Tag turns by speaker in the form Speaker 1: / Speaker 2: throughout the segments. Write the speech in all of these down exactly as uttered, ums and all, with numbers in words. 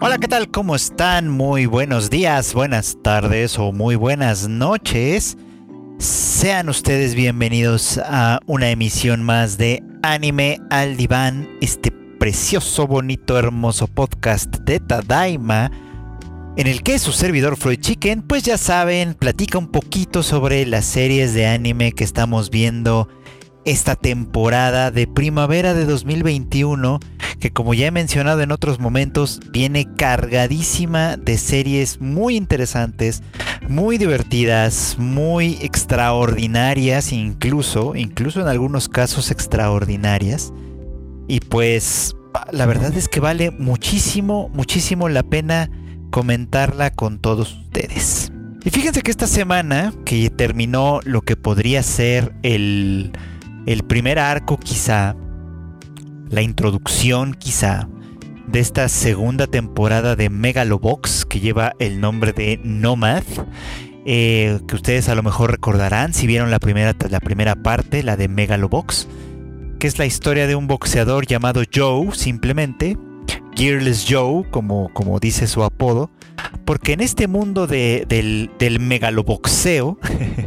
Speaker 1: Hola, ¿qué tal? ¿Cómo están? Muy buenos días, buenas tardes o muy buenas noches. Sean ustedes bienvenidos a una emisión más de Anime al Diván, este precioso, bonito, hermoso podcast de Tadaima, en el que su servidor Freud Chicken, pues ya saben, platica un poquito sobre las series de anime que estamos viendo esta temporada de primavera de dos mil veintiuno, que como ya he mencionado en otros momentos, viene cargadísima de series muy interesantes, muy divertidas, muy extraordinarias, incluso, incluso en algunos casos extraordinarias. Y pues la verdad es que vale muchísimo, muchísimo la pena comentarla con todos ustedes. Y fíjense que esta semana, que terminó lo que podría ser el... el primer arco, quizá, la introducción quizá, de esta segunda temporada de Megalobox, que lleva el nombre de Nomad, eh, que ustedes a lo mejor recordarán si vieron la primera, la primera parte, la de Megalobox, que es la historia de un boxeador llamado Joe, simplemente, Gearless Joe, como, como dice su apodo, porque en este mundo de, del, del megaloboxeo,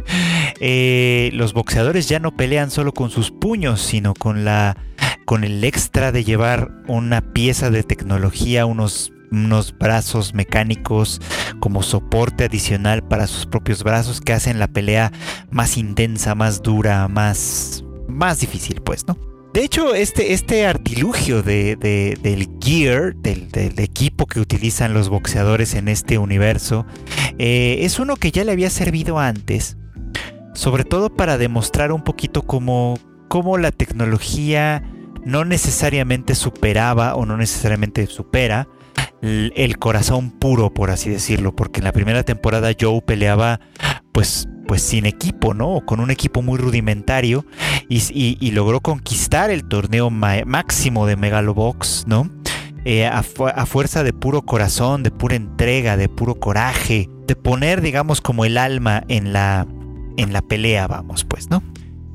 Speaker 1: eh, los boxeadores ya no pelean solo con sus puños, sino con, la, con el extra de llevar una pieza de tecnología, unos, unos brazos mecánicos como soporte adicional para sus propios brazos, que hacen la pelea más intensa, más dura, más, más difícil, pues, ¿no? De hecho, este, este artilugio de, de, del gear, del, del equipo que utilizan los boxeadores en este universo, eh, es uno que ya le había servido antes, sobre todo para demostrar un poquito cómo, cómo la tecnología no necesariamente superaba o no necesariamente supera el, el corazón puro, por así decirlo, porque en la primera temporada Joe peleaba pues... pues sin equipo, ¿no? O con un equipo muy rudimentario y, y, y logró conquistar el torneo ma- máximo de Megalobox, ¿no? Eh, a, fu- a fuerza de puro corazón, de pura entrega, de puro coraje, de poner, digamos, como el alma en la, en la pelea, vamos, pues, ¿no?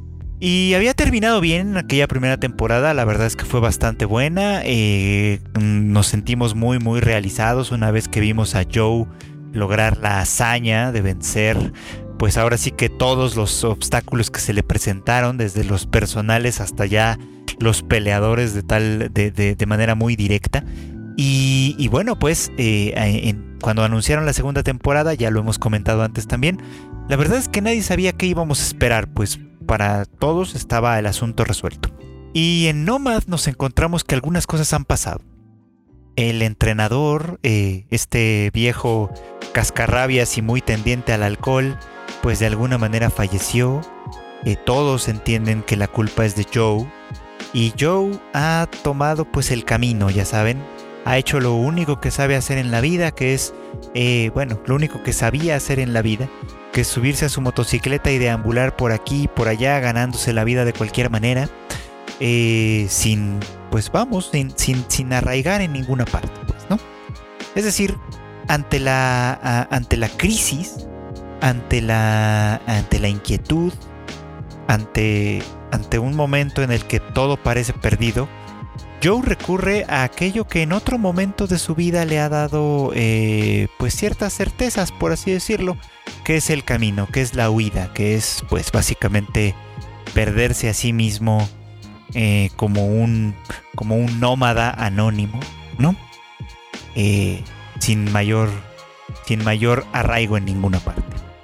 Speaker 1: Y había terminado bien aquella primera temporada, la verdad es que fue bastante buena, eh, nos sentimos muy, muy realizados una vez que vimos a Joe lograr la hazaña de vencer pues ahora sí que todos los obstáculos que se le presentaron, desde los personales hasta ya los peleadores de tal de, de, de manera muy directa. Y, y bueno, pues eh, en, cuando anunciaron la segunda temporada, ya lo hemos comentado antes también, la verdad es que nadie sabía qué íbamos a esperar, pues para todos estaba el asunto resuelto. Y en Nomad nos encontramos que algunas cosas han pasado. El entrenador, eh, este viejo cascarrabias y muy tendiente al alcohol, pues de alguna manera falleció. Eh, todos entienden que la culpa es de Joe. Y Joe ha tomado pues el camino, ya saben. Ha hecho lo único que sabe hacer en la vida, que es, eh, bueno, lo único que sabía hacer en la vida, que es subirse a su motocicleta y deambular por aquí y por allá, ganándose la vida de cualquier manera. Eh, sin, pues vamos, sin, sin, sin arraigar en ninguna parte, pues, ¿no? Es decir, ante la, a, ante la crisis, ante la, ante la inquietud, ante, ante un momento en el que todo parece perdido, Joe recurre a aquello que en otro momento de su vida le ha dado eh, pues ciertas certezas, por así decirlo, que es el camino, que es la huida, que es pues básicamente perderse a sí mismo eh, como un como un nómada anónimo, ¿no? Eh, sin mayor sin mayor arraigo en ninguna parte.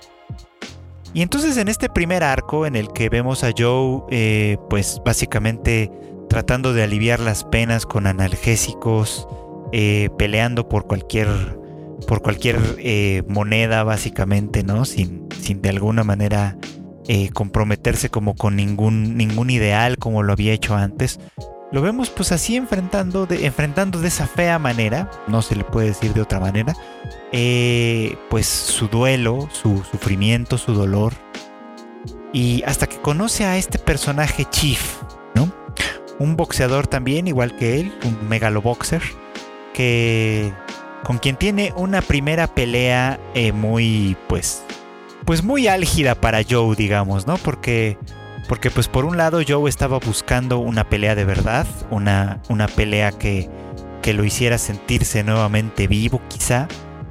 Speaker 1: Y entonces en este primer arco en el que vemos a Joe eh, pues básicamente tratando de aliviar las penas con analgésicos, eh, peleando por cualquier por cualquier eh, moneda básicamente, ¿no? Sin, sin de alguna manera eh, comprometerse como con ningún, ningún ideal como lo había hecho antes. Lo vemos pues así enfrentando de, enfrentando de esa fea manera, no se le puede decir de otra manera, eh, pues su duelo, su sufrimiento, su dolor. Y hasta que conoce a este personaje Chief, ¿no? Un boxeador también, igual que él, un megaloboxer, que con quien tiene una primera pelea eh, muy, pues, pues muy álgida para Joe, digamos, ¿no? Porque, porque pues por un lado Joe estaba buscando una pelea de verdad, una, una pelea que, que lo hiciera sentirse nuevamente vivo quizá.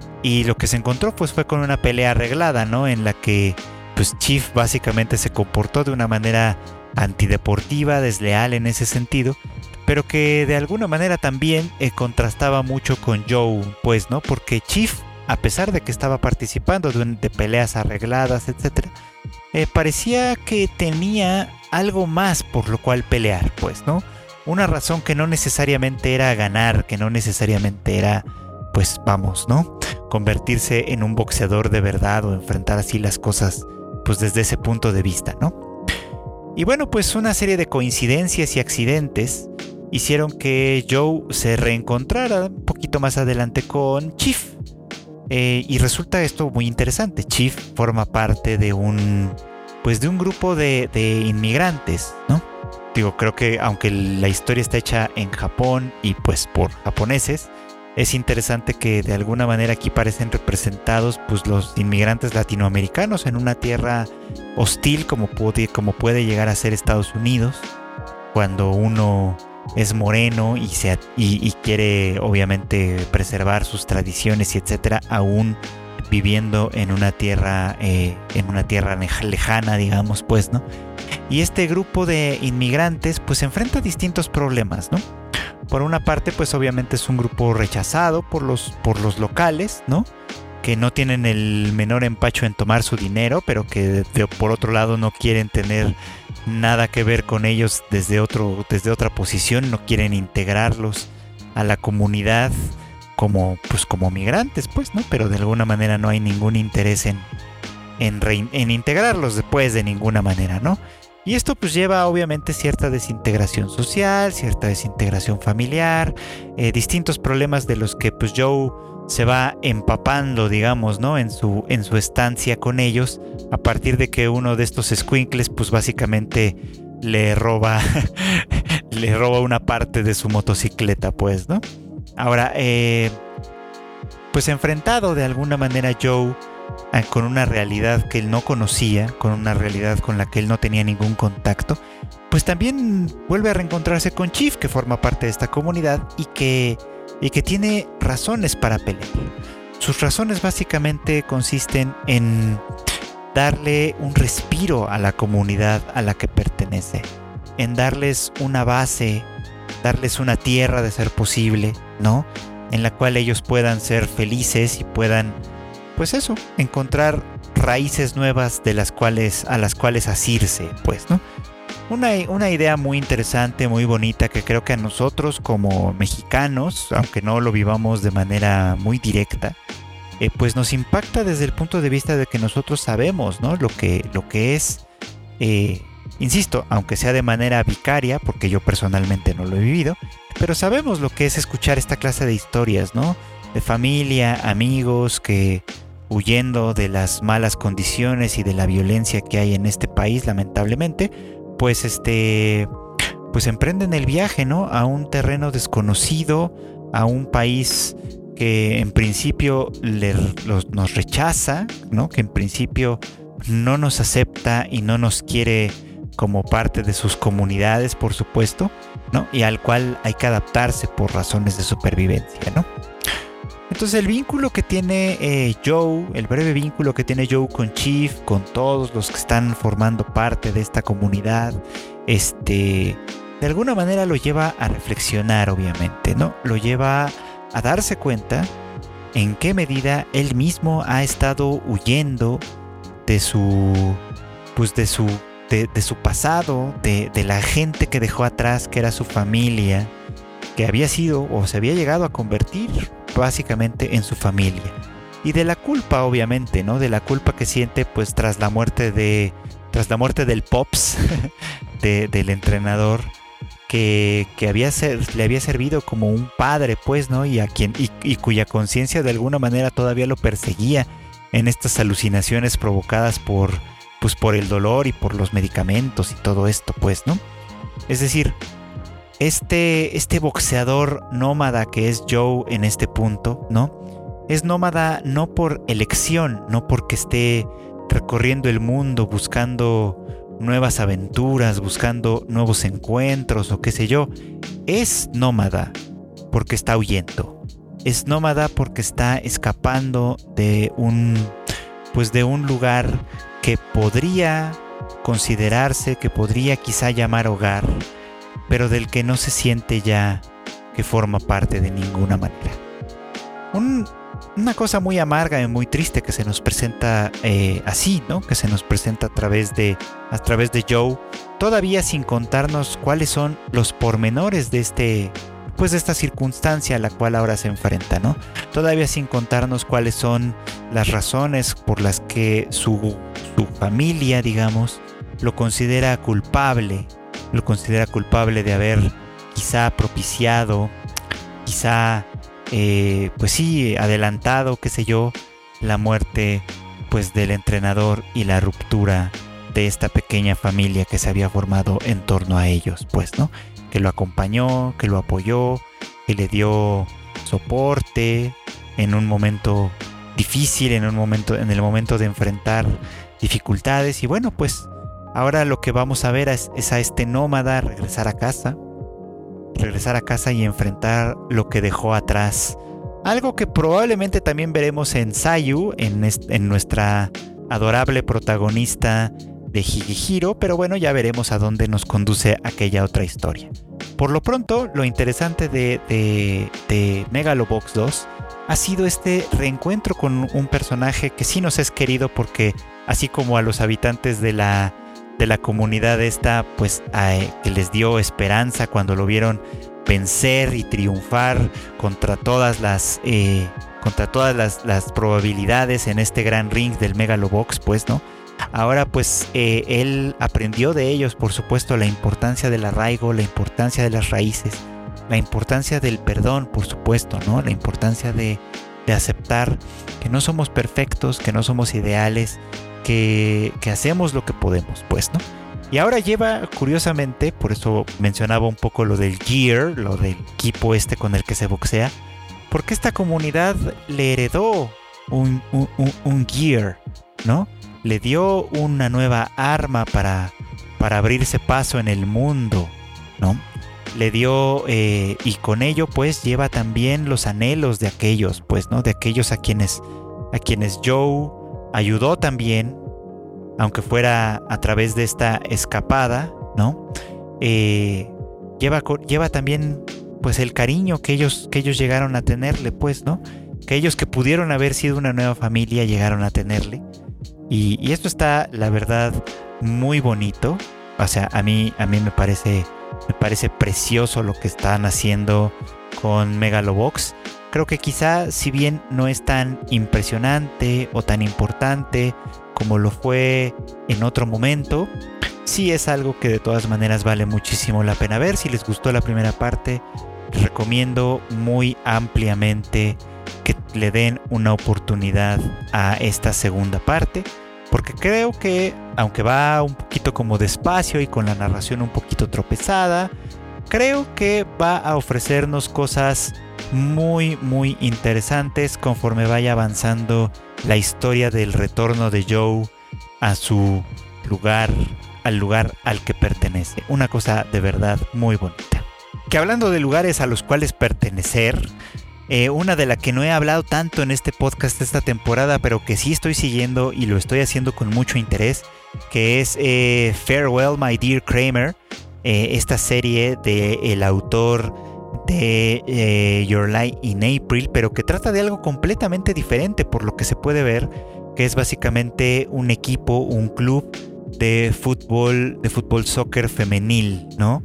Speaker 1: Y lo que se encontró pues fue con una pelea arreglada, ¿no? En la que pues Chief básicamente se comportó de una manera antideportiva, desleal en ese sentido, pero que de alguna manera también eh, contrastaba mucho con Joe, pues, ¿no? Porque Chief, a pesar de que estaba participando de, un, de peleas arregladas, etcétera, eh, parecía que tenía algo más por lo cual pelear, pues, ¿no? Una razón que no necesariamente era ganar, que no necesariamente era, pues, vamos, ¿no? Convertirse en un boxeador de verdad o enfrentar así las cosas, pues, desde ese punto de vista, ¿no? Y bueno, pues una serie de coincidencias y accidentes hicieron que Joe se reencontrara un poquito más adelante con Chief. Eh, y resulta esto muy interesante. Chief forma parte de un, pues de un grupo de, de inmigrantes, ¿no? Digo, creo que aunque la historia está hecha en Japón y pues por japoneses, es interesante que de alguna manera aquí parecen representados pues los inmigrantes latinoamericanos en una tierra hostil como puede, como puede llegar a ser Estados Unidos, cuando uno es moreno y, se, y, y quiere obviamente preservar sus tradiciones y etcétera, aún viviendo en una tierra eh, en una tierra lejana, digamos, pues, ¿no? Y este grupo de inmigrantes pues enfrenta distintos problemas, ¿no? Por una parte, pues obviamente es un grupo rechazado por los, por los locales, ¿no? Que no tienen el menor empacho en tomar su dinero, pero que de, de, por otro lado no quieren tener nada que ver con ellos desde, otro, desde otra posición, no quieren integrarlos a la comunidad como, pues, como migrantes, pues, ¿no? Pero de alguna manera no hay ningún interés en, en, re, en integrarlos después de ninguna manera, ¿no? Y esto pues lleva obviamente cierta desintegración social, cierta desintegración familiar, eh, distintos problemas de los que pues Joe se va empapando, digamos, ¿no? En su, en su estancia con ellos, a partir de que uno de estos escuincles pues básicamente le roba, le roba una parte de su motocicleta, pues, ¿no? Ahora, eh, pues enfrentado de alguna manera Joe con una realidad que él no conocía, con una realidad con la que él no tenía ningún contacto, pues también vuelve a reencontrarse con Chief, que forma parte de esta comunidad y que, y que tiene razones para pelear. Sus razones básicamente consisten en darle un respiro a la comunidad a la que pertenece, en darles una base, darles una tierra de ser posible, ¿no? En la cual ellos puedan ser felices y puedan, pues eso, encontrar raíces nuevas de las cuales, a las cuales asirse, pues, ¿no? Una, una idea muy interesante, muy bonita, que creo que a nosotros como mexicanos, aunque no lo vivamos de manera muy directa, eh, pues nos impacta desde el punto de vista de que nosotros sabemos, ¿no? Lo que, lo que es, eh, insisto, aunque sea de manera vicaria, porque yo personalmente no lo he vivido, pero sabemos lo que es escuchar esta clase de historias, ¿no? De familia, amigos que, huyendo de las malas condiciones y de la violencia que hay en este país, lamentablemente, pues este, pues emprenden el viaje, ¿no? A un terreno desconocido, a un país que en principio le, los, nos rechaza, ¿no? Que en principio no nos acepta y no nos quiere como parte de sus comunidades, por supuesto, ¿no? Y al cual hay que adaptarse por razones de supervivencia, ¿no? Entonces el vínculo que tiene eh, Joe, el breve vínculo que tiene Joe con Chief, con todos los que están formando parte de esta comunidad, este, de alguna manera lo lleva a reflexionar, obviamente, ¿no? Lo lleva a darse cuenta en qué medida él mismo ha estado huyendo de su, pues de su, de, de su pasado, de, de la gente que dejó atrás, que era su familia, que había sido o se había llegado a convertir básicamente en su familia, y de la culpa, obviamente, ¿no? De la culpa que siente pues tras la muerte de tras la muerte del Pops de, del entrenador que, que había ser, le había servido como un padre, pues, ¿no? Y a quien y, y cuya conciencia de alguna manera todavía lo perseguía en estas alucinaciones provocadas por pues por el dolor y por los medicamentos y todo esto, pues, ¿no? Es decir, Este, este boxeador nómada que es Joe en este punto, ¿no? Es nómada no por elección, no porque esté recorriendo el mundo buscando nuevas aventuras, buscando nuevos encuentros o qué sé yo. Es nómada porque está huyendo. Es nómada porque está escapando de un, pues de un lugar que podría considerarse, que podría quizá llamar hogar, pero del que no se siente ya que forma parte de ninguna manera. Un, una cosa muy amarga y muy triste que se nos presenta eh, así, ¿no? Que se nos presenta a través de, a través de Joe, todavía sin contarnos cuáles son los pormenores de este, pues de esta circunstancia a la cual ahora se enfrenta, ¿no? Todavía sin contarnos cuáles son las razones por las que su, su familia, digamos, lo considera culpable, lo considera culpable de haber quizá propiciado, quizá, eh, pues sí, adelantado, qué sé yo, la muerte, pues del entrenador y la ruptura de esta pequeña familia que se había formado en torno a ellos, pues, ¿no? Que lo acompañó, que lo apoyó, que le dio soporte en un momento difícil, en un momento, en el momento de enfrentar dificultades. Y bueno, pues ahora lo que vamos a ver es, es a este nómada regresar a casa, regresar a casa y enfrentar lo que dejó atrás. Algo que probablemente también veremos en Sayu, en, est- en nuestra adorable protagonista de Higehiro, pero bueno, ya veremos a dónde nos conduce aquella otra historia. Por lo pronto, lo interesante de, de, de Megalobox dos ha sido este reencuentro con un personaje que sí nos es querido, porque así como a los habitantes de la, de la comunidad esta, pues eh, que les dio esperanza cuando lo vieron vencer y triunfar contra todas las eh, contra todas las, las probabilidades en este gran ring del Megalobox, pues, ¿no? Ahora pues eh, él aprendió de ellos, por supuesto, la importancia del arraigo, la importancia de las raíces, la importancia del perdón, por supuesto, ¿no? La importancia de, de aceptar que no somos perfectos, que no somos ideales, que, que hacemos lo que podemos, pues, ¿no? Y ahora lleva, curiosamente, por eso mencionaba un poco lo del gear, lo del equipo este con el que se boxea, porque esta comunidad le heredó un, un, un, un gear, ¿no? Le dio una nueva arma para, para abrirse paso en el mundo, ¿no? Le dio, eh, y con ello pues lleva también los anhelos de aquellos, pues, ¿no? De aquellos a quienes, a quienes Joe ayudó también, aunque fuera a través de esta escapada, ¿no? Eh, lleva, lleva también pues el cariño que ellos, que ellos llegaron a tenerle, pues, ¿no? Que ellos que pudieron haber sido una nueva familia llegaron a tenerle. Y, y esto está, la verdad, muy bonito. O sea, a mí, a mí me parece, me parece precioso lo que están haciendo con Megalobox. Creo que quizá, si bien no es tan impresionante o tan importante como lo fue en otro momento, sí es algo que de todas maneras vale muchísimo la pena ver. Si les gustó la primera parte, les recomiendo muy ampliamente que le den una oportunidad a esta segunda parte, porque creo que, aunque va un poquito como despacio y con la narración un poquito tropezada, creo que va a ofrecernos cosas muy muy interesantes conforme vaya avanzando la historia del retorno de Joe a su lugar, al lugar al que pertenece. Una cosa de verdad muy bonita. Que hablando de lugares a los cuales pertenecer, Eh, una de la que no he hablado tanto en este podcast esta temporada, pero que sí estoy siguiendo y lo estoy haciendo con mucho interés, que es eh, Farewell My Dear Kramer, eh, esta serie del autor de eh, Your Lie in April, pero que trata de algo completamente diferente por lo que se puede ver, que es básicamente un equipo, un club de fútbol, de fútbol soccer femenil, ¿no?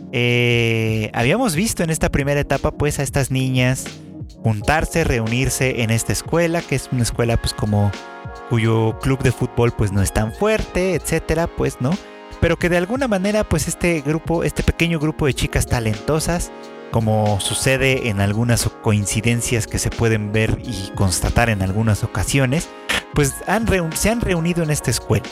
Speaker 1: Eh, habíamos visto en esta primera etapa pues a estas niñas juntarse, reunirse en esta escuela, que es una escuela pues como cuyo club de fútbol pues no es tan fuerte, etcétera, pues, ¿no? Pero que de alguna manera pues este grupo, este pequeño grupo de chicas talentosas, como sucede en algunas coincidencias que se pueden ver y constatar en algunas ocasiones, pues han reun- se han reunido en esta escuela.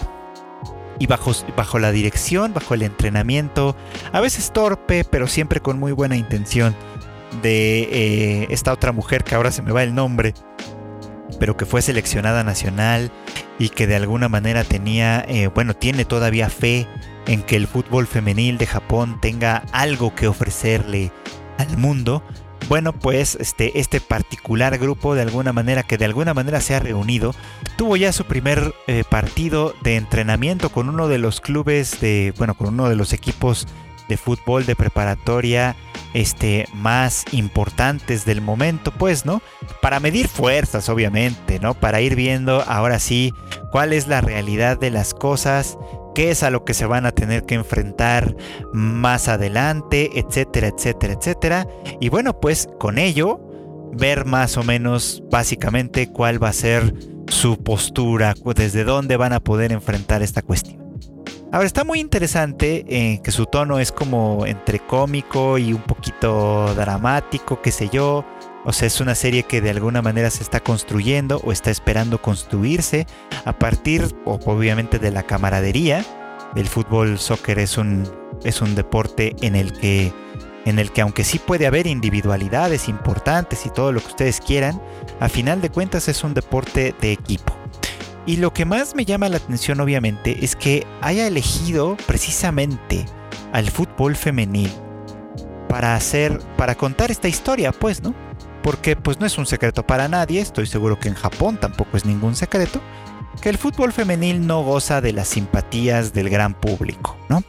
Speaker 1: Y bajo, bajo la dirección, bajo el entrenamiento, a veces torpe, pero siempre con muy buena intención, de eh, esta otra mujer que ahora se me va el nombre, pero que fue seleccionada nacional y que de alguna manera tenía, eh, bueno, tiene todavía fe en que el fútbol femenil de Japón tenga algo que ofrecerle al mundo, Bueno, pues este, este particular grupo de alguna manera, que de alguna manera se ha reunido, tuvo ya su primer eh, partido de entrenamiento con uno de los clubes de, bueno, con uno de los equipos de fútbol de preparatoria este, más importantes del momento, pues, ¿no? Para medir fuerzas, obviamente, ¿no? Para ir viendo ahora sí cuál es la realidad de las cosas, qué es a lo que se van a tener que enfrentar más adelante, etcétera, etcétera, etcétera. Y bueno, pues con ello, ver más o menos básicamente cuál va a ser su postura, desde dónde van a poder enfrentar esta cuestión. Ahora, está muy interesante eh, que su tono es como entre cómico y un poquito dramático, qué sé yo. O sea, es una serie que de alguna manera se está construyendo o está esperando construirse a partir, obviamente, de la camaradería. El fútbol soccer es un, es un deporte en el que, en el que aunque sí puede haber individualidades importantes y todo lo que ustedes quieran, a final de cuentas es un deporte de equipo. Y lo que más me llama la atención, obviamente, es que haya elegido precisamente al fútbol femenil para hacer, para contar esta historia, pues, ¿no? Porque pues no es un secreto para nadie, estoy seguro que en Japón tampoco es ningún secreto, que el fútbol femenil no goza de las simpatías del gran público, ¿no?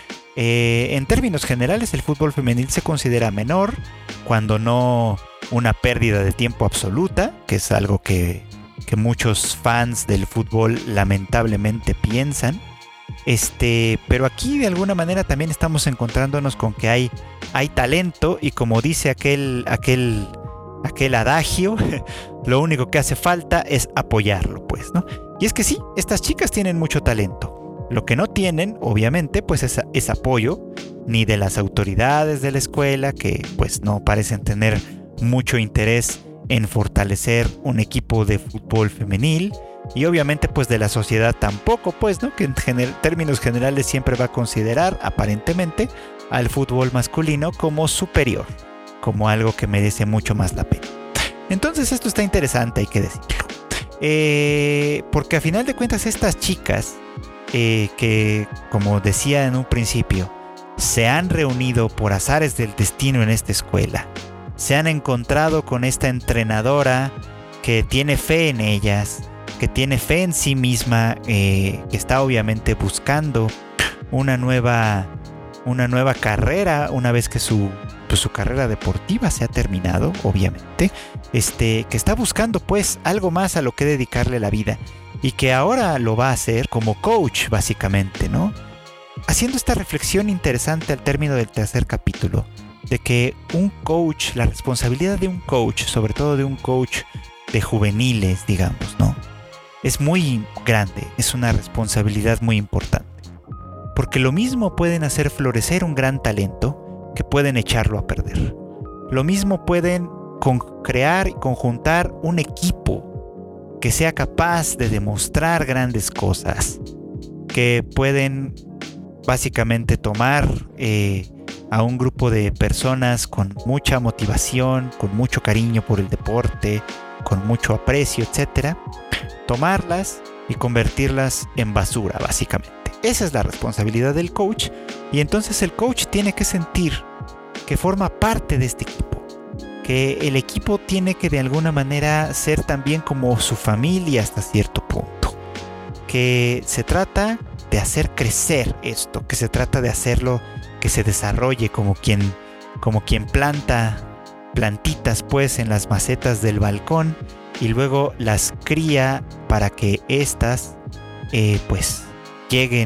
Speaker 1: Eh, en términos generales, el fútbol femenil se considera menor, cuando no una pérdida de tiempo absoluta, que es algo que, que muchos fans del fútbol lamentablemente piensan. Este, pero aquí de alguna manera también estamos encontrándonos con que hay, hay talento, y como dice aquel, aquel, aquel adagio, lo único que hace falta es apoyarlo, pues, ¿no? Y es que sí, estas chicas tienen mucho talento. Lo que no tienen, obviamente, pues es, es apoyo, ni de las autoridades de la escuela, que pues no parecen tener mucho interés en fortalecer un equipo de fútbol femenil, y obviamente pues de la sociedad tampoco, pues, ¿no? Que en gener- términos generales siempre va a considerar, aparentemente, al fútbol masculino como superior, como algo que merece mucho más la pena. Entonces esto está interesante, hay que decirlo. Eh, porque a final de cuentas estas chicas, eh, que como decía en un principio, se han reunido por azares del destino en esta escuela, se han encontrado con esta entrenadora que tiene fe en ellas, que tiene fe en sí misma, eh, que está obviamente buscando una nueva, una nueva carrera una vez que su, pues, su carrera deportiva se ha terminado, obviamente, este, que está buscando pues algo más a lo que dedicarle la vida, y que ahora lo va a hacer como coach, básicamente, ¿no? Haciendo esta reflexión interesante al término del tercer capítulo, de que un coach, la responsabilidad de un coach, sobre todo de un coach de juveniles, digamos, ¿no? Es muy grande, es una responsabilidad muy importante. Porque lo mismo pueden hacer florecer un gran talento que pueden echarlo a perder. Lo mismo pueden con crear y conjuntar un equipo que sea capaz de demostrar grandes cosas, que pueden básicamente tomar eh, a un grupo de personas con mucha motivación, con mucho cariño por el deporte, con mucho aprecio, etcétera, tomarlas y convertirlas en basura, básicamente. Esa es la responsabilidad del coach, y entonces el coach tiene que sentir que forma parte de este equipo, que el equipo tiene que de alguna manera ser también como su familia hasta cierto punto, que se trata de hacer crecer esto, que se trata de hacerlo que se desarrolle como quien, como quien planta plantitas pues en las macetas del balcón y luego las cría para que éstas eh, pues lleguen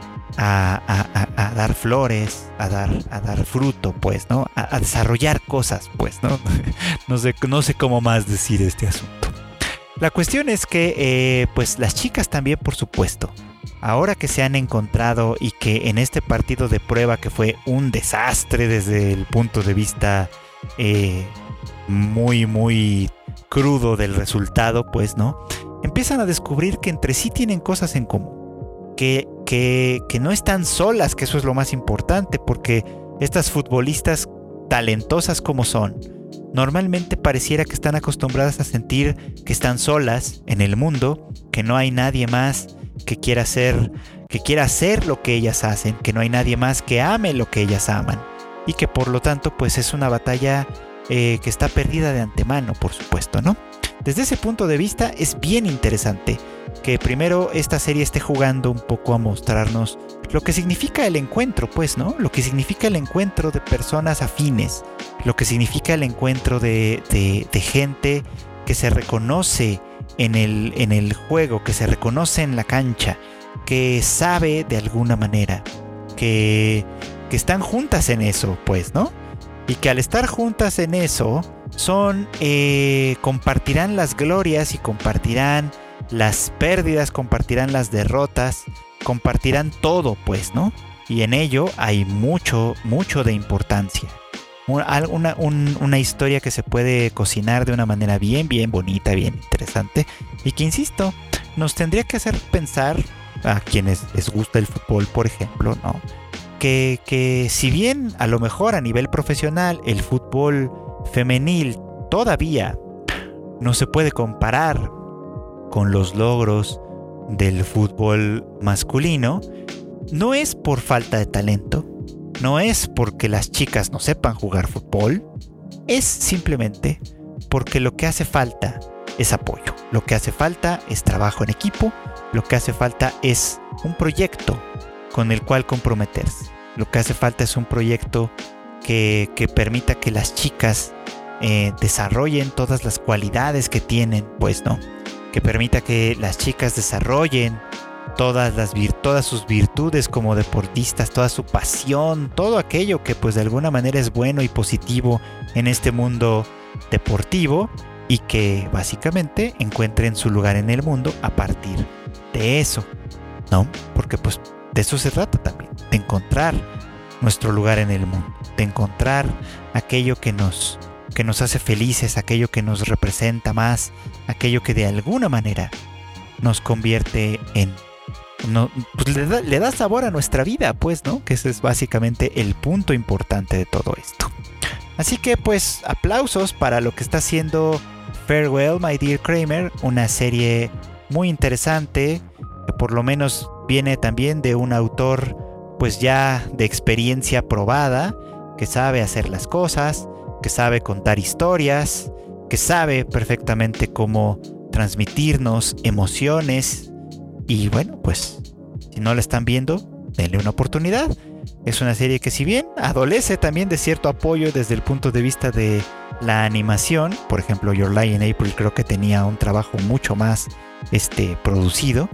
Speaker 1: a, a, a dar flores, a dar, a dar fruto, pues, ¿no? A, a desarrollar cosas, pues, ¿no? No sé, no sé cómo más decir este asunto. La cuestión es que, eh, pues, las chicas también, por supuesto, ahora que se han encontrado y que en este partido de prueba, que fue un desastre desde el punto de vista eh, muy, muy crudo del resultado, pues, ¿no? Empiezan a descubrir que entre sí tienen cosas en común. Que, que, que no están solas, que eso es lo más importante, porque estas futbolistas talentosas como son, normalmente pareciera que están acostumbradas a sentir que están solas en el mundo, que no hay nadie más que quiera hacer, que quiera hacer lo que ellas hacen, que no hay nadie más que ame lo que ellas aman, y que por lo tanto pues es una batalla eh, que está perdida de antemano, por supuesto, ¿no? Desde ese punto de vista es bien interesante que primero esta serie esté jugando un poco a mostrarnos lo que significa el encuentro, pues, ¿no? Lo que significa el encuentro de personas afines, lo que significa el encuentro de, de, de gente que se reconoce en el, en el juego, que se reconoce en la cancha, que sabe de alguna manera, que, que están juntas en eso, pues, ¿no? Y que al estar juntas en eso, son, eh, compartirán las glorias y compartirán las pérdidas, compartirán las derrotas, compartirán todo, pues, ¿no? Y en ello hay mucho, mucho de importancia. Una, una, un, una historia que se puede cocinar de una manera bien, bien bonita, bien interesante. Y que, insisto, nos tendría que hacer pensar a quienes les gusta el fútbol, por ejemplo, ¿no? Que, que si bien a lo mejor a nivel profesional el fútbol femenil todavía no se puede comparar con los logros del fútbol masculino, no es por falta de talento, no es porque las chicas no sepan jugar fútbol, es simplemente porque lo que hace falta es apoyo, lo que hace falta es trabajo en equipo, lo que hace falta es un proyecto con el cual comprometerse, lo que hace falta es un proyecto que, que permita que las chicas eh, desarrollen todas las cualidades que tienen, pues, ¿no? Que permita que las chicas desarrollen todas, las vir- todas sus virtudes como deportistas, toda su pasión, todo aquello que pues de alguna manera es bueno y positivo en este mundo deportivo, y que básicamente encuentren su lugar en el mundo a partir de eso, ¿no? Porque pues de eso se trata también, de encontrar nuestro lugar en el mundo, de encontrar aquello que nos, que nos hace felices, aquello que nos representa más, aquello que de alguna manera nos convierte en... No, pues le, da, le da sabor a nuestra vida, pues, ¿no? Que ese es básicamente el punto importante de todo esto. Así que, pues, aplausos para lo que está haciendo Farewell, My Dear Kramer, una serie muy interesante, que por lo menos viene también de un autor, pues ya de experiencia probada, que sabe hacer las cosas, que sabe contar historias, que sabe perfectamente cómo transmitirnos emociones. Y bueno, pues si no la están viendo, denle una oportunidad. Es una serie que, si bien adolece también de cierto apoyo desde el punto de vista de la animación, por ejemplo Your Lie in April creo que tenía un trabajo mucho más este, producido,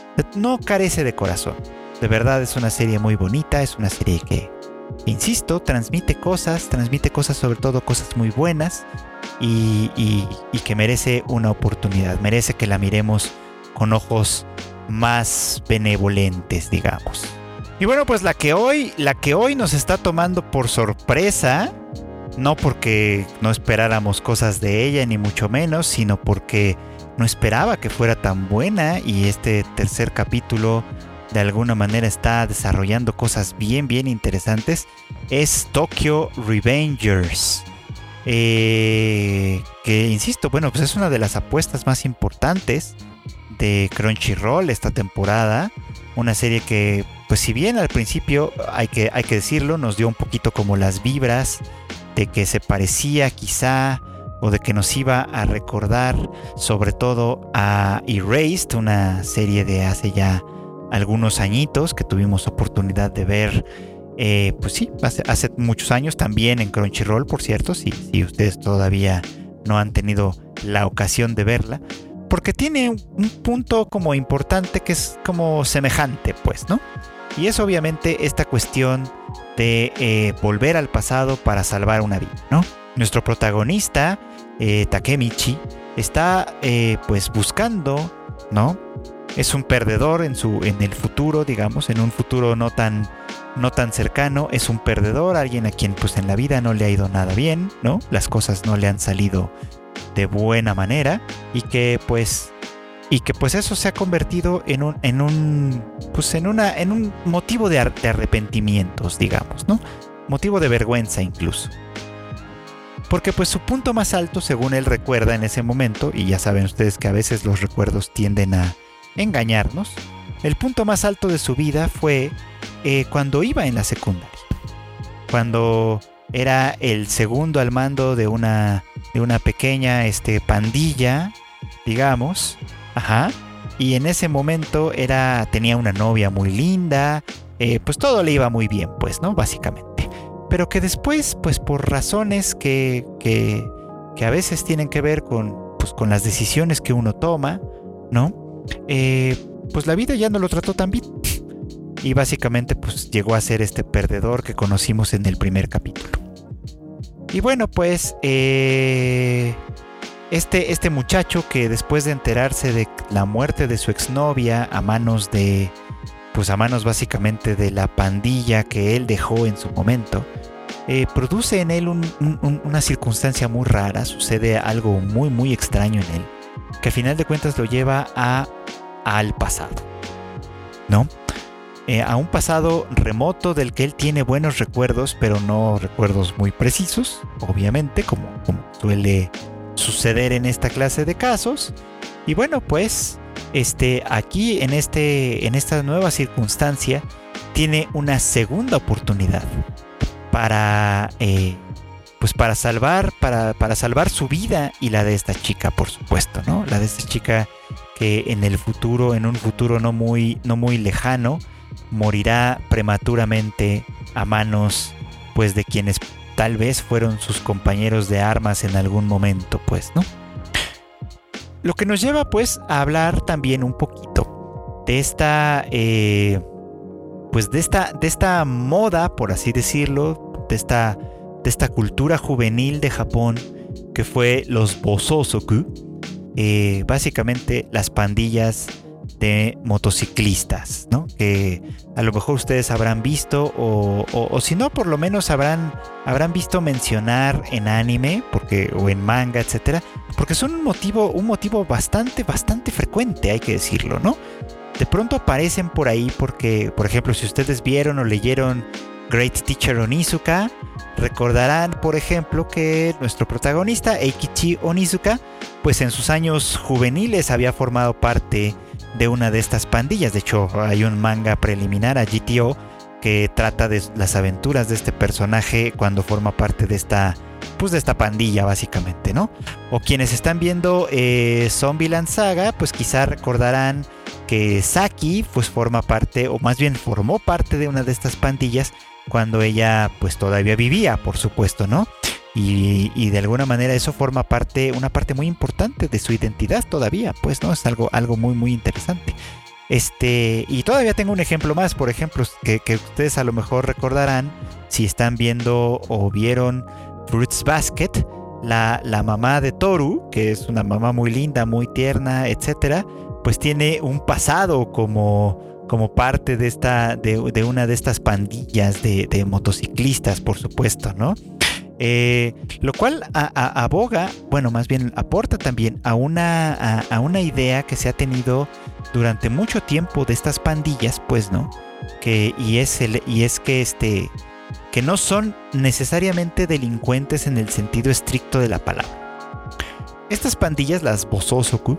Speaker 1: no carece de corazón. De verdad es una serie muy bonita, es una serie que, insisto, transmite cosas, transmite cosas, sobre todo cosas muy buenas, y, y, y que merece una oportunidad, merece que la miremos con ojos más benevolentes, digamos. Y bueno, pues la que hoy, la que hoy nos está tomando por sorpresa, no porque no esperáramos cosas de ella ni mucho menos, sino porque no esperaba que fuera tan buena, y este tercer capítulo de alguna manera está desarrollando cosas bien bien interesantes, es Tokyo Revengers, eh, que insisto, bueno, pues es una de las apuestas más importantes de Crunchyroll esta temporada, una serie que, pues si bien al principio hay que, hay que decirlo, nos dio un poquito como las vibras de que se parecía quizá, o de que nos iba a recordar sobre todo a Erased, una serie de hace ya algunos añitos que tuvimos oportunidad de ver, eh, pues sí, hace, hace muchos años, también en Crunchyroll, por cierto, si, si ustedes todavía no han tenido la ocasión de verla, porque tiene un, un punto como importante que es como semejante, pues, ¿no? Y es obviamente esta cuestión de eh, volver al pasado para salvar una vida, ¿no? Nuestro protagonista, eh, Takemichi, está eh, pues buscando, ¿no? Es un perdedor en, su, en el futuro, digamos, en un futuro no tan, no tan cercano. Es un perdedor, alguien a quien pues en la vida no le ha ido nada bien, ¿no? Las cosas no le han salido de buena manera, y que pues y que pues eso se ha convertido en un en un pues en una en un motivo de, ar- de arrepentimientos, digamos, ¿no? Motivo de vergüenza incluso. Porque pues su punto más alto, según él recuerda en ese momento, y ya saben ustedes que a veces los recuerdos tienden a engañarnos, el punto más alto de su vida fue eh, cuando iba en la secundaria. Cuando era el segundo al mando de una, de una pequeña este, pandilla, digamos. Ajá. Y en ese momento era, tenía una novia muy linda, eh, pues todo le iba muy bien, pues, ¿no? Básicamente. Pero que después, pues por razones que, que, que a veces tienen que ver con, pues, con las decisiones que uno toma, ¿no? Eh, pues la vida ya no lo trató tan bien. Y básicamente pues llegó a ser este perdedor que conocimos en el primer capítulo. Y bueno, pues eh, este, este muchacho que después de enterarse de la muerte de su exnovia a manos de, pues a manos básicamente de la pandilla que él dejó en su momento, eh, produce en él un, un, una circunstancia muy rara, sucede algo muy muy extraño en él, que a final de cuentas lo lleva a, al pasado, ¿no? Eh, a un pasado remoto del que él tiene buenos recuerdos, pero no recuerdos muy precisos, obviamente, como, como suele suceder en esta clase de casos. Y bueno, pues este, aquí en, este, en esta nueva circunstancia tiene una segunda oportunidad para, eh, pues para, salvar, para, para salvar su vida y la de esta chica, por supuesto, ¿no? La de esta chica que en el futuro, en un futuro no muy, no muy lejano, morirá prematuramente a manos pues de quienes tal vez fueron sus compañeros de armas en algún momento, pues, ¿no? Lo que nos lleva pues a hablar también un poquito de esta eh, pues de esta, de esta moda, por así decirlo, de esta, de esta cultura juvenil de Japón que fue los bosozoku, eh, básicamente las pandillas de motociclistas, ¿no? Que a lo mejor ustedes habrán visto o, o, o si no, por lo menos habrán, habrán visto mencionar en anime porque, o en manga, etcétera, porque son un motivo, un motivo bastante, bastante frecuente, hay que decirlo, ¿no? De pronto aparecen por ahí porque, por ejemplo, si ustedes vieron o leyeron Great Teacher Onizuka, recordarán, por ejemplo, que nuestro protagonista, Eikichi Onizuka, pues en sus años juveniles había formado parte de una de estas pandillas. De hecho, hay un manga preliminar a G T O que trata de las aventuras de este personaje cuando forma parte de esta, pues de esta pandilla, básicamente, ¿no? O quienes están viendo eh, Zombieland Saga, pues quizá recordarán que Saki, pues forma parte, o más bien formó parte de una de estas pandillas cuando ella, pues todavía vivía, por supuesto, ¿no? Y, y de alguna manera eso forma parte, una parte muy importante de su identidad todavía, pues, ¿no? Es algo, algo muy, muy interesante. Este, y todavía tengo un ejemplo más, por ejemplo, que, que ustedes a lo mejor recordarán, si están viendo o vieron Fruits Basket, la, la mamá de Toru, que es una mamá muy linda, muy tierna, etcétera, pues tiene un pasado como, como parte de, esta, de, de una de estas pandillas de, de motociclistas, por supuesto, ¿no? Eh, lo cual a, a, aboga, bueno, más bien aporta también a una, a, a una idea que se ha tenido durante mucho tiempo de estas pandillas, pues, ¿no? Que, y, es el, y es que, este, que no son necesariamente delincuentes en el sentido estricto de la palabra. Estas pandillas, las bosozoku,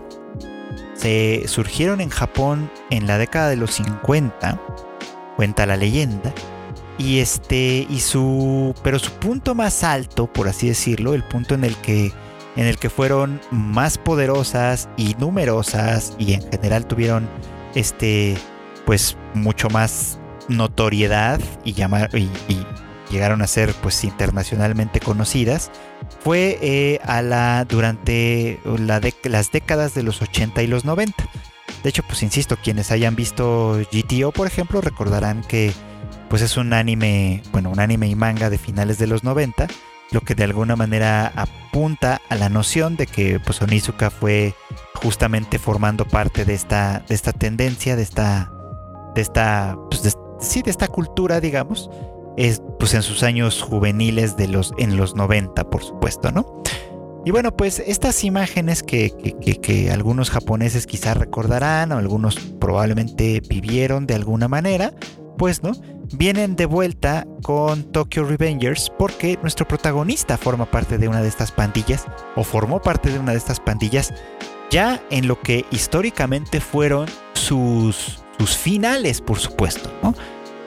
Speaker 1: se surgieron en Japón en la década de los cincuenta, cuenta la leyenda. Y este, y su, pero su punto más alto, por así decirlo, el punto en el que, en el que fueron más poderosas y numerosas y en general tuvieron, este, pues mucho más notoriedad y llamar y, y llegaron a ser, pues, internacionalmente conocidas, fue eh, a la durante la de, las décadas de los ochenta y los noventa. De hecho, pues insisto, quienes hayan visto G T O, por ejemplo, recordarán que pues es un anime, bueno, un anime y manga de finales de los noventa, lo que de alguna manera apunta a la noción de que pues Onizuka fue justamente formando parte de esta, de esta tendencia, de esta, de esta, pues de, sí, de esta cultura, digamos, es, pues en sus años juveniles de los, en los noventa, por supuesto, ¿no? Y bueno, pues estas imágenes que, que, que, que algunos japoneses quizás recordarán o algunos probablemente vivieron de alguna manera, pues, ¿no? Vienen de vuelta con Tokyo Revengers porque nuestro protagonista forma parte de una de estas pandillas o formó parte de una de estas pandillas ya en lo que históricamente fueron sus, sus finales, por supuesto, ¿no?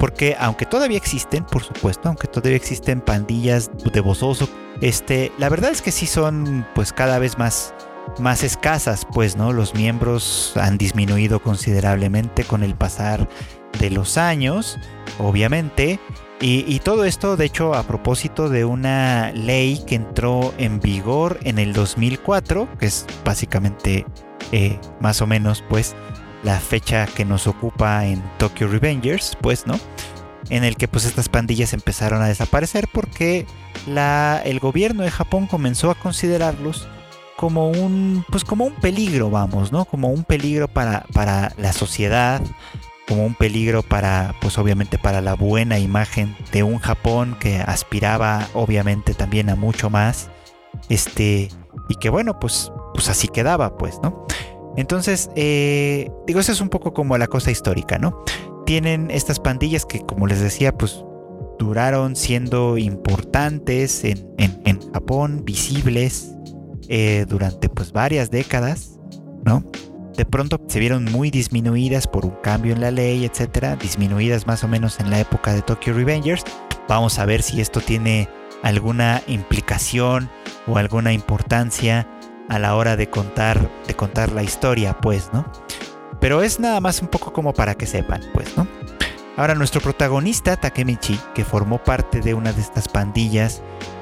Speaker 1: porque aunque todavía existen, por supuesto, aunque todavía existen pandillas de Bosozo, este, la verdad es que sí son pues cada vez más, más escasas, pues, ¿no? Los miembros han disminuido considerablemente con el pasar de los años, obviamente, y, y todo esto, de hecho, a propósito de una ley que entró en vigor en el dos mil cuatro, que es básicamente eh, más o menos, pues, la fecha que nos ocupa en Tokyo Revengers, pues, ¿no? En el que pues estas pandillas empezaron a desaparecer porque la, el gobierno de Japón comenzó a considerarlos como un, pues como un peligro, vamos, ¿no? Como un peligro para, para la sociedad, como un peligro para, pues obviamente para la buena imagen de un Japón que aspiraba obviamente también a mucho más, este, y que bueno, pues, pues así quedaba, pues, ¿no? Entonces, eh, digo, eso es un poco como la cosa histórica, ¿no? Tienen estas pandillas que, como les decía, pues duraron siendo importantes en, en, en Japón, visibles eh, durante pues varias décadas, ¿no? De pronto se vieron muy disminuidas por un cambio en la ley, etcétera, disminuidas más o menos en la época de Tokyo Revengers. Vamos a ver si esto tiene alguna implicación o alguna importancia a la hora de contar, de contar la historia, pues, ¿no? Pero es nada más un poco como para que sepan, pues, ¿no? Ahora, nuestro protagonista, Takemichi, que formó parte de una de estas pandillas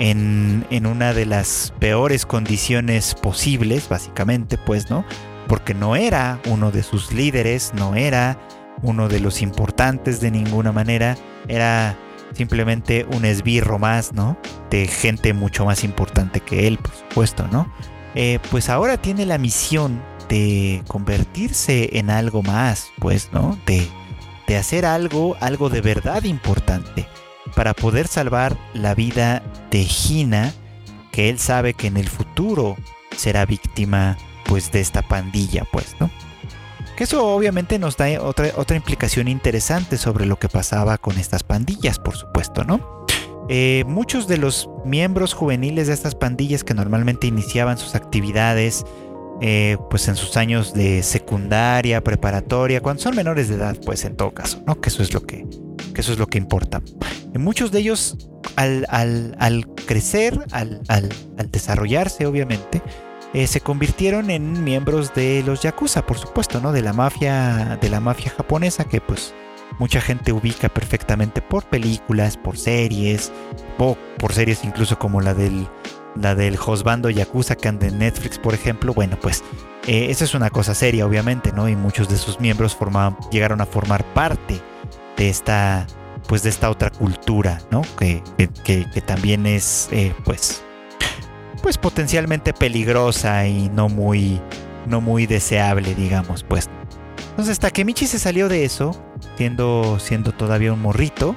Speaker 1: en, en una de las peores condiciones posibles, básicamente, pues, ¿no? Porque no era uno de sus líderes, no era uno de los importantes de ninguna manera, era simplemente un esbirro más, ¿no? De gente mucho más importante que él, por supuesto, ¿no? Eh, pues ahora tiene la misión de convertirse en algo más, pues, ¿no? De, de hacer algo, algo de verdad importante para poder salvar la vida de Hina, que él sabe que en el futuro será víctima, pues, de esta pandilla, pues, ¿no? Que eso obviamente nos da otra, otra implicación interesante sobre lo que pasaba con estas pandillas, por supuesto, ¿no? Eh, muchos de los miembros juveniles de estas pandillas que normalmente iniciaban sus actividades eh, pues en sus años de secundaria, preparatoria, cuando son menores de edad, pues en todo caso, ¿no? Que eso es lo que, que eso es lo que importa. Y muchos de ellos al, al, al crecer, al, al, al desarrollarse obviamente, eh, se convirtieron en miembros de los yakuza, por supuesto, ¿no? De la mafia, de la mafia japonesa, que pues mucha gente ubica perfectamente por películas, por series, o por series incluso como la del, la del Josbando Yakuza que anda en Netflix, por ejemplo. Bueno, pues eh, esa es una cosa seria, obviamente, ¿no? Y muchos de sus miembros formaban, llegaron a formar parte de esta, pues de esta otra cultura, ¿no? Que, que, que también es, eh, pues, pues potencialmente peligrosa y no muy, no muy deseable, digamos, pues. Entonces Takemichi se salió de eso, siendo, siendo todavía un morrito,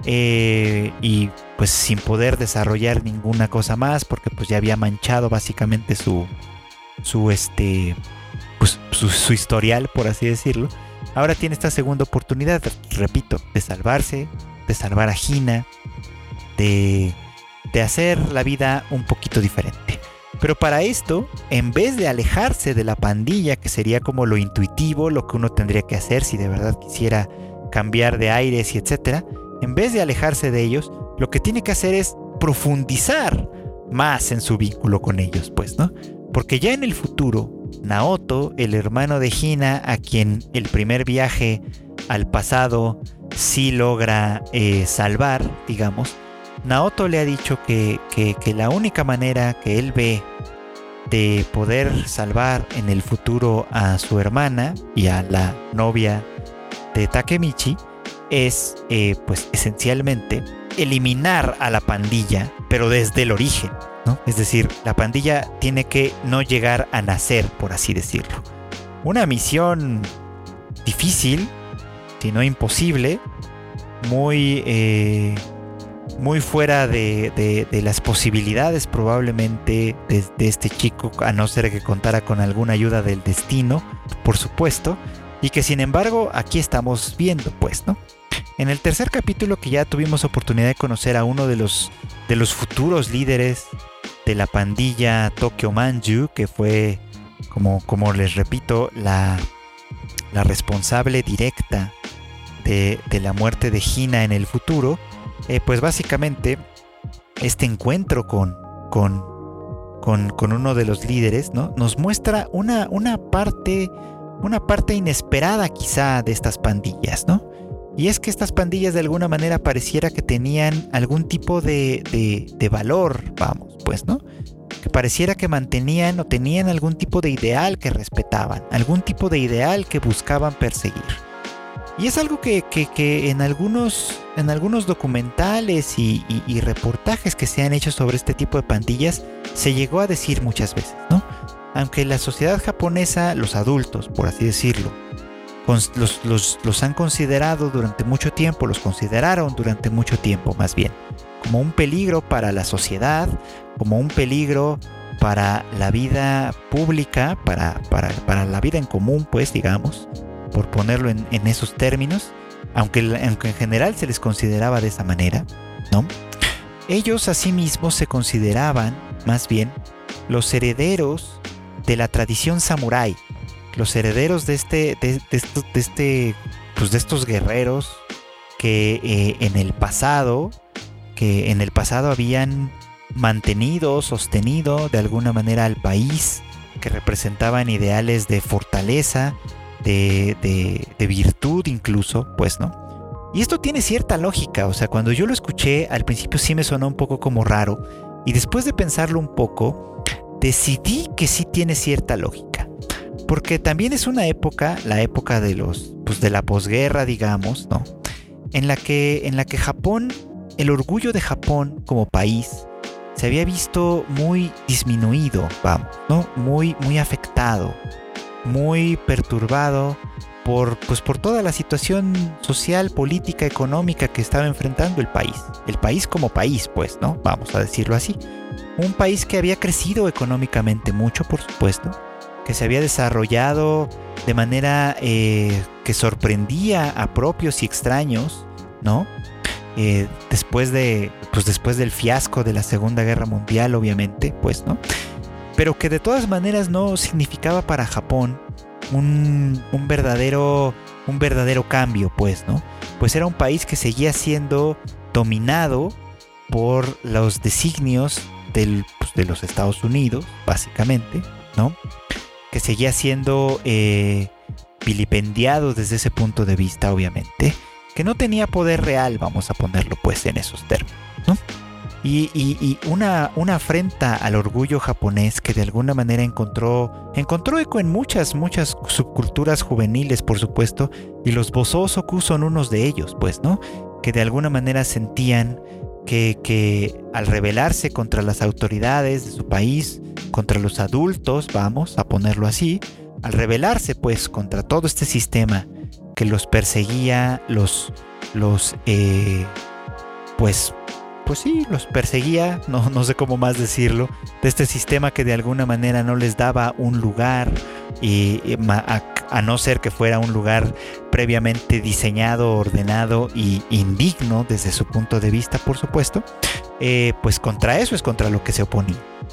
Speaker 1: eh, y pues sin poder desarrollar ninguna cosa más, porque pues ya había manchado básicamente su, su este, pues su, su historial, por así decirlo. Ahora tiene esta segunda oportunidad, repito, de salvarse, de salvar a Hina, de, de hacer la vida un poquito diferente. Pero para esto, en vez de alejarse de la pandilla, que sería como lo intuitivo, lo que uno tendría que hacer si de verdad quisiera cambiar de aires y etcétera, en vez de alejarse de ellos, lo que tiene que hacer es profundizar más en su vínculo con ellos, pues, ¿no? Porque ya en el futuro, Naoto, el hermano de Hina, a quien el primer viaje al pasado sí logra eh, salvar, digamos, Naoto le ha dicho que, que, que la única manera que él ve de poder salvar en el futuro a su hermana y a la novia de Takemichi es, eh, pues, esencialmente eliminar a la pandilla, pero desde el origen, ¿no? Es decir, la pandilla tiene que no llegar a nacer, por así decirlo. Una misión difícil, si no imposible, muy... Eh, muy fuera de, de, de las posibilidades probablemente de, de este chico, a no ser que contara con alguna ayuda del destino, por supuesto, y que sin embargo aquí estamos viendo, pues, ¿no? En el tercer capítulo, que ya tuvimos oportunidad de conocer a uno de los, de los futuros líderes de la pandilla Tokyo Manju, que fue, como, como les repito, la, la responsable directa de, de la muerte de Hina en el futuro, eh, pues básicamente este encuentro con, con, con, con uno de los líderes, ¿no? Nos muestra una, una parte, una parte inesperada quizá de estas pandillas, ¿no? Y es que estas pandillas de alguna manera pareciera que tenían algún tipo de, de, de valor, vamos, pues, ¿no? Que pareciera que mantenían o tenían algún tipo de ideal que respetaban, algún tipo de ideal que buscaban perseguir. Y es algo que, que, que en, algunos, en algunos documentales y, y, y reportajes que se han hecho sobre este tipo de pandillas se llegó a decir muchas veces, ¿no? Aunque la sociedad japonesa, los adultos, por así decirlo, Los, los, los han considerado durante mucho tiempo, los consideraron durante mucho tiempo más bien, como un peligro para la sociedad, como un peligro para la vida pública, para, para, para la vida en común, pues digamos, por ponerlo en, en esos términos, aunque, aunque en general se les consideraba de esa manera, ¿no? Ellos asimismo se consideraban, más bien, los herederos de la tradición samurái, los herederos de este, de, de, estos, de este, pues de estos guerreros que eh, en el pasado, que en el pasado habían mantenido, sostenido de alguna manera al país, que representaban ideales de fortaleza, de, de, de virtud incluso, pues, ¿no? Y esto tiene cierta lógica, o sea, cuando yo lo escuché al principio sí me sonó un poco como raro, y después de pensarlo un poco, decidí que sí tiene cierta lógica. Porque también es una época, la época de los, pues de la posguerra, digamos, ¿no? En la que, en la que Japón, el orgullo de Japón como país, se había visto muy disminuido, vamos, ¿no? Muy, muy afectado, muy perturbado por, pues por toda la situación social, política, económica que estaba enfrentando el país. El país como país, pues, ¿no? Vamos a decirlo así. Un país que había crecido económicamente mucho, por supuesto, que se había desarrollado de manera eh, que sorprendía a propios y extraños, ¿no? Eh, después de, pues después del fiasco de la Segunda Guerra Mundial, obviamente, pues, ¿no? Pero que de todas maneras no significaba para Japón un, un verdadero, un verdadero cambio, pues, ¿no? Pues era un país que seguía siendo dominado por los designios del, pues, de los Estados Unidos, básicamente, ¿no? Que seguía siendo eh, vilipendiado desde ese punto de vista, obviamente, que no tenía poder real, vamos a ponerlo pues en esos términos, ¿no? Y, y, y una, una afrenta al orgullo japonés que de alguna manera encontró, encontró eco en muchas, muchas subculturas juveniles, por supuesto, y los Bosozoku son unos de ellos, pues, ¿no? Que de alguna manera sentían que, que al rebelarse contra las autoridades de su país, contra los adultos, vamos a ponerlo así, al rebelarse pues contra todo este sistema que los perseguía, los, los, eh, pues, pues sí, los perseguía, no, no sé cómo más decirlo, de este sistema que de alguna manera no les daba un lugar, y, y a, a no ser que fuera un lugar previamente diseñado, ordenado y indigno desde su punto de vista, por supuesto, eh, pues contra eso es contra lo que se oponía.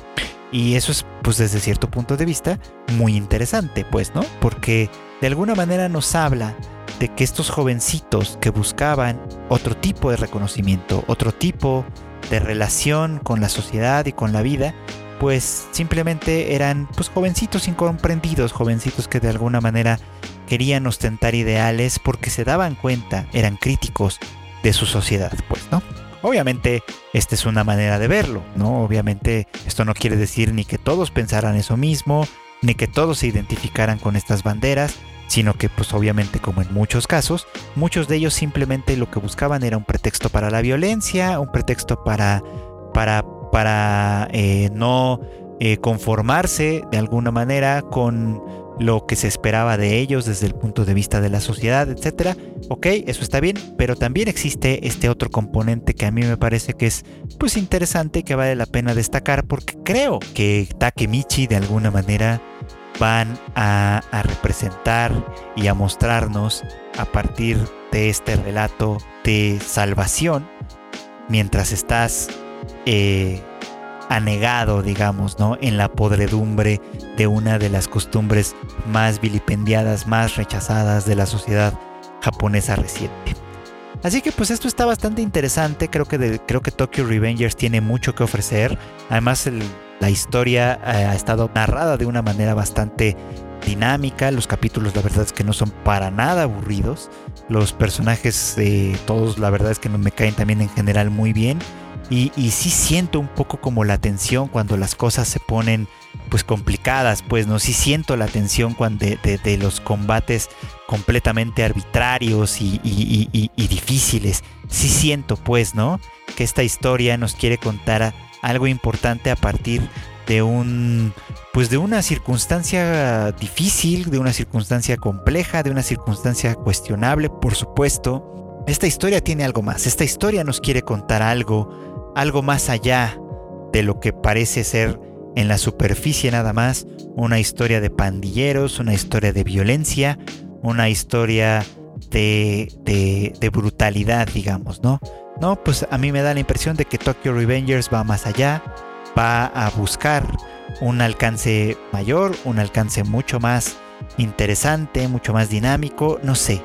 Speaker 1: Y eso es, pues desde cierto punto de vista, muy interesante, pues, ¿no? Porque de alguna manera nos habla de que estos jovencitos que buscaban otro tipo de reconocimiento, otro tipo de relación con la sociedad y con la vida, pues simplemente eran pues jovencitos incomprendidos, jovencitos que de alguna manera querían ostentar ideales porque se daban cuenta, eran críticos de su sociedad, pues, ¿no? Obviamente, esta es una manera de verlo, ¿no? Obviamente, esto no quiere decir ni que todos pensaran eso mismo, ni que todos se identificaran con estas banderas, sino que, pues obviamente, como en muchos casos, muchos de ellos simplemente lo que buscaban era un pretexto para la violencia, un pretexto para, para, para eh, no eh, conformarse de alguna manera con lo que se esperaba de ellos desde el punto de vista de la sociedad, etcétera. Ok, eso está bien, pero también existe este otro componente que a mí me parece que es pues interesante y que vale la pena destacar, porque creo que Takemichi de alguna manera van a, a representar y a mostrarnos a partir de este relato de salvación mientras estás eh, anegado, digamos, ¿no? En la podredumbre de una de las costumbres más vilipendiadas, más rechazadas de la sociedad japonesa reciente. Así que pues esto está bastante interesante. Creo que, de, creo que Tokyo Revengers tiene mucho que ofrecer. Además el, la historia eh, ha estado narrada de una manera bastante dinámica. Los capítulos la verdad es que no son para nada aburridos. Los personajes eh, todos la verdad es que me caen también en general muy bien. Y, y sí siento un poco como la tensión cuando las cosas se ponen pues complicadas, pues no, sí siento la tensión cuando de, de, de los combates completamente arbitrarios y, y, y, y difíciles. Sí siento pues, ¿no? Que esta historia nos quiere contar algo importante a partir de un pues de una circunstancia difícil, de una circunstancia compleja, de una circunstancia cuestionable, por supuesto. Esta historia tiene algo más. Esta historia nos quiere contar algo, algo más allá de lo que parece ser en la superficie nada más. Una historia de pandilleros, una historia de violencia, una historia de, de, de brutalidad, digamos, ¿no? No, pues a mí me da la impresión de que Tokyo Revengers va más allá, va a buscar un alcance mayor, un alcance mucho más interesante, mucho más dinámico, no sé.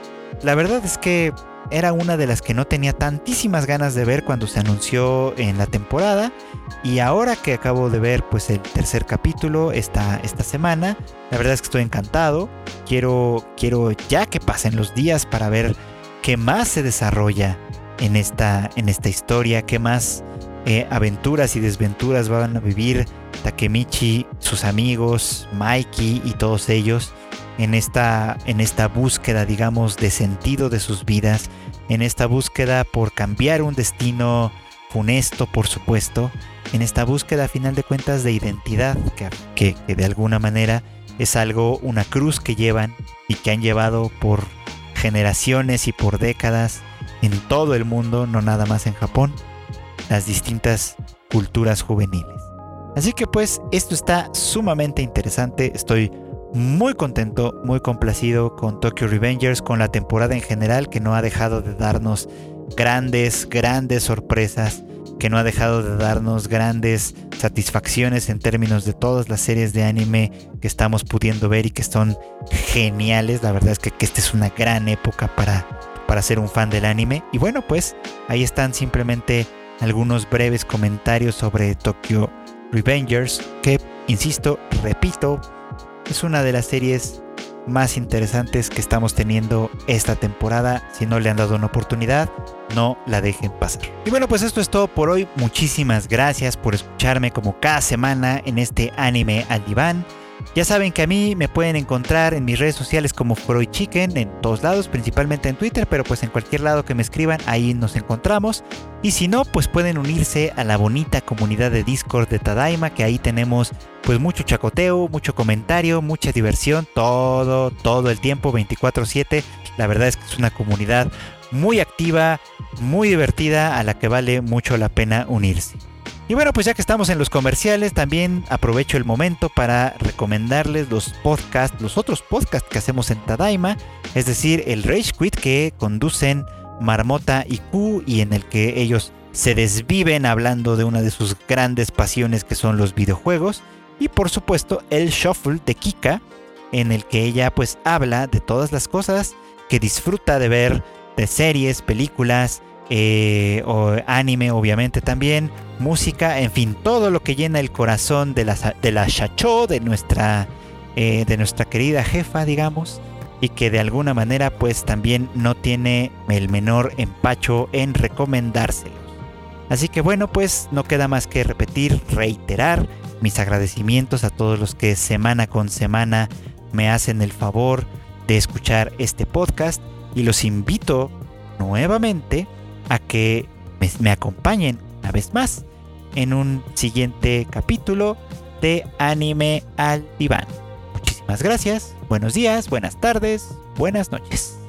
Speaker 1: La verdad es que era una de las que no tenía tantísimas ganas de ver cuando se anunció en la temporada, y ahora que acabo de ver pues el tercer capítulo esta, esta semana, la verdad es que estoy encantado. Quiero, quiero ya que pasen los días para ver qué más se desarrolla en esta, en esta historia, qué más eh, aventuras y desventuras van a vivir Takemichi, sus amigos, Mikey y todos ellos en esta, en esta búsqueda, digamos, de sentido de sus vidas, en esta búsqueda por cambiar un destino funesto, por supuesto, en esta búsqueda a final de cuentas de identidad, que, que, que de alguna manera es algo, una cruz que llevan y que han llevado por generaciones y por décadas en todo el mundo, no nada más en Japón, las distintas culturas juveniles. Así que pues esto está sumamente interesante. Estoy muy contento, muy complacido con Tokyo Revengers, con la temporada en general, que no ha dejado de darnos grandes, grandes sorpresas, que no ha dejado de darnos grandes satisfacciones en términos de todas las series de anime que estamos pudiendo ver y que son geniales. La verdad es que, que esta es una gran época para, para ser un fan del anime. Y bueno, pues ahí están simplemente algunos breves comentarios sobre Tokyo Revengers, que, insisto, repito, es una de las series más interesantes que estamos teniendo esta temporada. Si no le han dado una oportunidad, no la dejen pasar. Y bueno, pues esto es todo por hoy. Muchísimas gracias por escucharme como cada semana en este Anime al Diván. Ya saben que a mí me pueden encontrar en mis redes sociales como Freud Chicken, en todos lados, principalmente en Twitter, pero pues en cualquier lado que me escriban, ahí nos encontramos. Y si no, pues pueden unirse a la bonita comunidad de Discord de Tadaima, que ahí tenemos pues mucho chacoteo, mucho comentario, mucha diversión, todo, todo el tiempo, veinticuatro siete. La verdad es que es una comunidad muy activa, muy divertida, a la que vale mucho la pena unirse. Y bueno, pues ya que estamos en los comerciales, también aprovecho el momento para recomendarles los podcasts, los otros podcasts que hacemos en Tadaima, es decir, el Rage Quit que conducen Marmota y Q, y en el que ellos se desviven hablando de una de sus grandes pasiones, que son los videojuegos, y por supuesto el Shuffle de Kika, en el que ella pues habla de todas las cosas que disfruta de ver, de series, películas, Eh, o anime obviamente también, música, en fin, todo lo que llena el corazón de la, de la Shacho, de nuestra, eh, de nuestra querida jefa, digamos, y que de alguna manera pues también no tiene el menor empacho en recomendárselos. Así que bueno, pues no queda más que repetir, reiterar mis agradecimientos a todos los que semana con semana me hacen el favor de escuchar este podcast, y los invito nuevamente a que me, me acompañen una vez más en un siguiente capítulo de Anime al Diván. Muchísimas gracias, buenos días, buenas tardes, buenas noches.